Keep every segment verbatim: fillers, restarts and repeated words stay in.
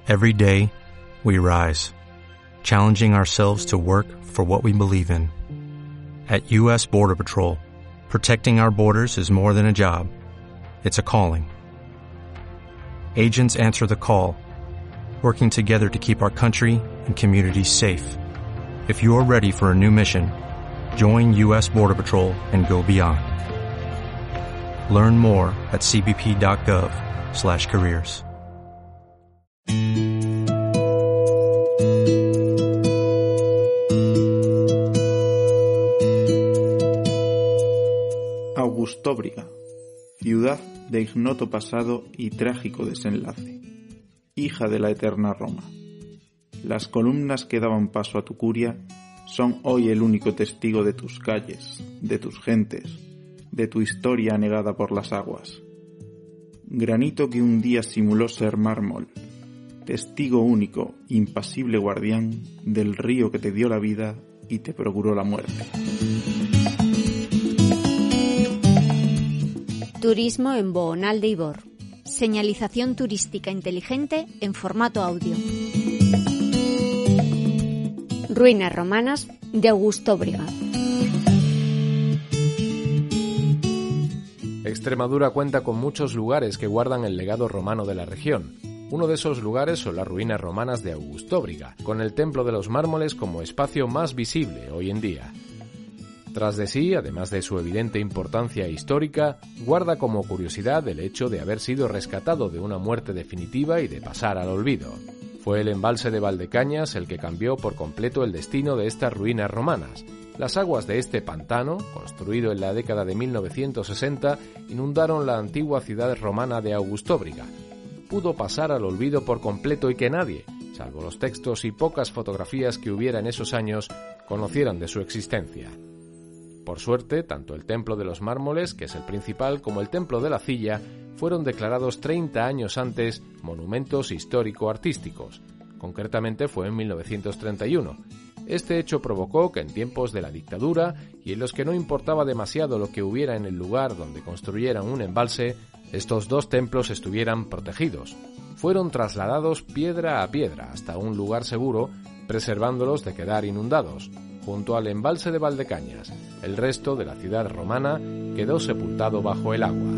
Every day, we rise, challenging ourselves to work for what we believe in. At U S Border Patrol, protecting our borders is more than a job. It's a calling. Agents answer the call, working together to keep our country and communities safe. If you are ready for a new mission, join U S Border Patrol and go beyond. Learn more at c b p dot gov slash careers. Augustóbriga, ciudad de ignoto pasado y trágico desenlace, hija de la eterna Roma. Las columnas que daban paso a tu curia son hoy el único testigo de tus calles, de tus gentes, de tu historia anegada por las aguas. Granito que un día simuló ser mármol, testigo único, impasible guardián del río que te dio la vida y te procuró la muerte. Turismo en Bohonal de Ibor. Señalización turística inteligente en formato audio. Ruinas romanas de Augustóbriga. Extremadura cuenta con muchos lugares que guardan el legado romano de la región. Uno de esos lugares son las ruinas romanas de Augustóbriga, con el Templo de los Mármoles como espacio más visible hoy en día. Tras de sí, además de su evidente importancia histórica, guarda como curiosidad el hecho de haber sido rescatado de una muerte definitiva y de pasar al olvido. Fue el embalse de Valdecañas el que cambió por completo el destino de estas ruinas romanas. Las aguas de este pantano, construido en la década de mil novecientos sesenta, inundaron la antigua ciudad romana de Augustóbriga. Pudo pasar al olvido por completo y que nadie, salvo los textos y pocas fotografías que hubiera en esos años, conocieran de su existencia. Por suerte, tanto el Templo de los Mármoles, que es el principal, como el Templo de la Silla, fueron declarados treinta años antes monumentos histórico-artísticos. Concretamente fue en mil novecientos treinta y uno. Este hecho provocó que en tiempos de la dictadura, y en los que no importaba demasiado lo que hubiera en el lugar donde construyeran un embalse, estos dos templos estuvieran protegidos. Fueron trasladados piedra a piedra hasta un lugar seguro, preservándolos de quedar inundados. Junto al embalse de Valdecañas, el resto de la ciudad romana quedó sepultado bajo el agua.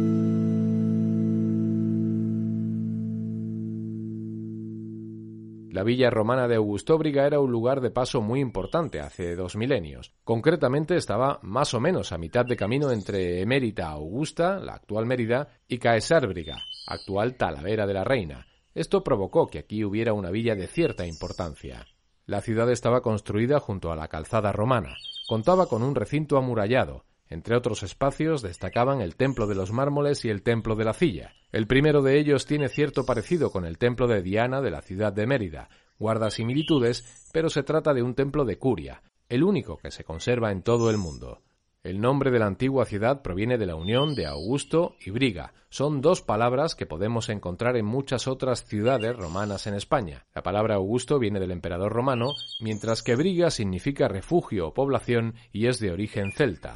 La villa romana de Augustóbriga era un lugar de paso muy importante hace dos milenios. Concretamente estaba más o menos a mitad de camino entre Emérita Augusta, la actual Mérida, y Caesárbriga, actual Talavera de la Reina. Esto provocó que aquí hubiera una villa de cierta importancia. La ciudad estaba construida junto a la calzada romana. Contaba con un recinto amurallado. Entre otros espacios destacaban el Templo de los Mármoles y el Templo de la Silla. El primero de ellos tiene cierto parecido con el Templo de Diana de la ciudad de Mérida. Guarda similitudes, pero se trata de un templo de curia, el único que se conserva en todo el mundo. El nombre de la antigua ciudad proviene de la unión de Augusto y Briga. Son dos palabras que podemos encontrar en muchas otras ciudades romanas en España. La palabra Augusto viene del emperador romano, mientras que Briga significa refugio o población y es de origen celta.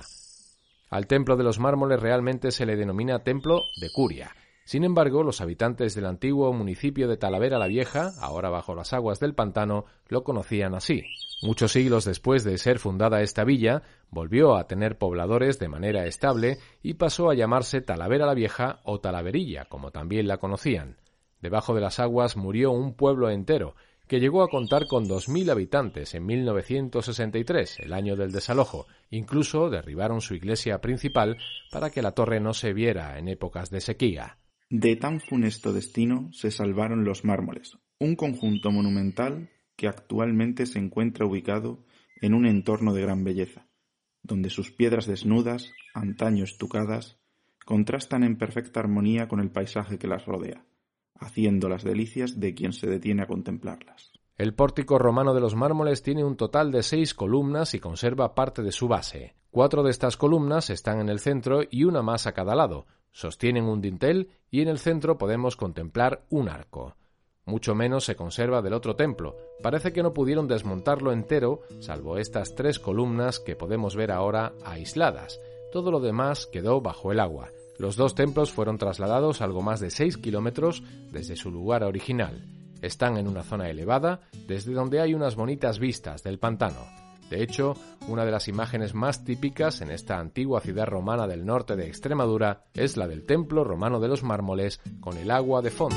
Al Templo de los Mármoles realmente se le denomina Templo de Curia. Sin embargo, los habitantes del antiguo municipio de Talavera la Vieja, ahora bajo las aguas del pantano, lo conocían así. Muchos siglos después de ser fundada esta villa, volvió a tener pobladores de manera estable y pasó a llamarse Talavera la Vieja o Talaverilla, como también la conocían. Debajo de las aguas murió un pueblo entero, que llegó a contar con dos mil habitantes en mil novecientos sesenta y tres, el año del desalojo. Incluso derribaron su iglesia principal para que la torre no se viera en épocas de sequía. De tan funesto destino se salvaron los Mármoles, un conjunto monumental que actualmente se encuentra ubicado en un entorno de gran belleza, donde sus piedras desnudas, antaño estucadas, contrastan en perfecta armonía con el paisaje que las rodea, haciendo las delicias de quien se detiene a contemplarlas. El pórtico romano de los Mármoles tiene un total de seis columnas y conserva parte de su base. Cuatro de estas columnas están en el centro y una más a cada lado. Sostienen un dintel y en el centro podemos contemplar un arco. Mucho menos se conserva del otro templo. Parece que no pudieron desmontarlo entero, salvo estas tres columnas que podemos ver ahora aisladas. Todo lo demás quedó bajo el agua. Los dos templos fueron trasladados algo más de seis kilómetros desde su lugar original. Están en una zona elevada, desde donde hay unas bonitas vistas del pantano. De hecho, una de las imágenes más típicas en esta antigua ciudad romana del norte de Extremadura es la del templo romano de los mármoles con el agua de fondo.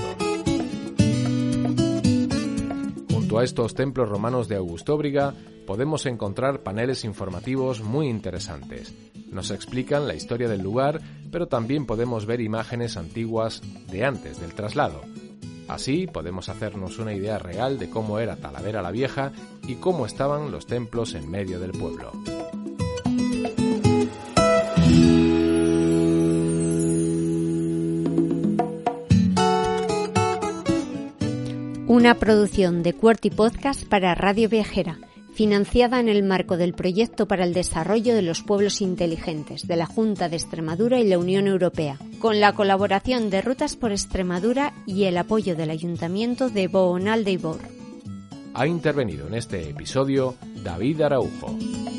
Junto a estos templos romanos de Augustóbriga podemos encontrar paneles informativos muy interesantes. Nos explican la historia del lugar, pero también podemos ver imágenes antiguas de antes del traslado. Así podemos hacernos una idea real de cómo era Talavera la Vieja y cómo estaban los templos en medio del pueblo. Una producción de Qwerty Podcast para Radio Viajera, financiada en el marco del Proyecto para el Desarrollo de los Pueblos Inteligentes de la Junta de Extremadura y la Unión Europea, con la colaboración de Rutas por Extremadura y el apoyo del Ayuntamiento de Bohonal de Ibor. Ha intervenido en este episodio David Araujo.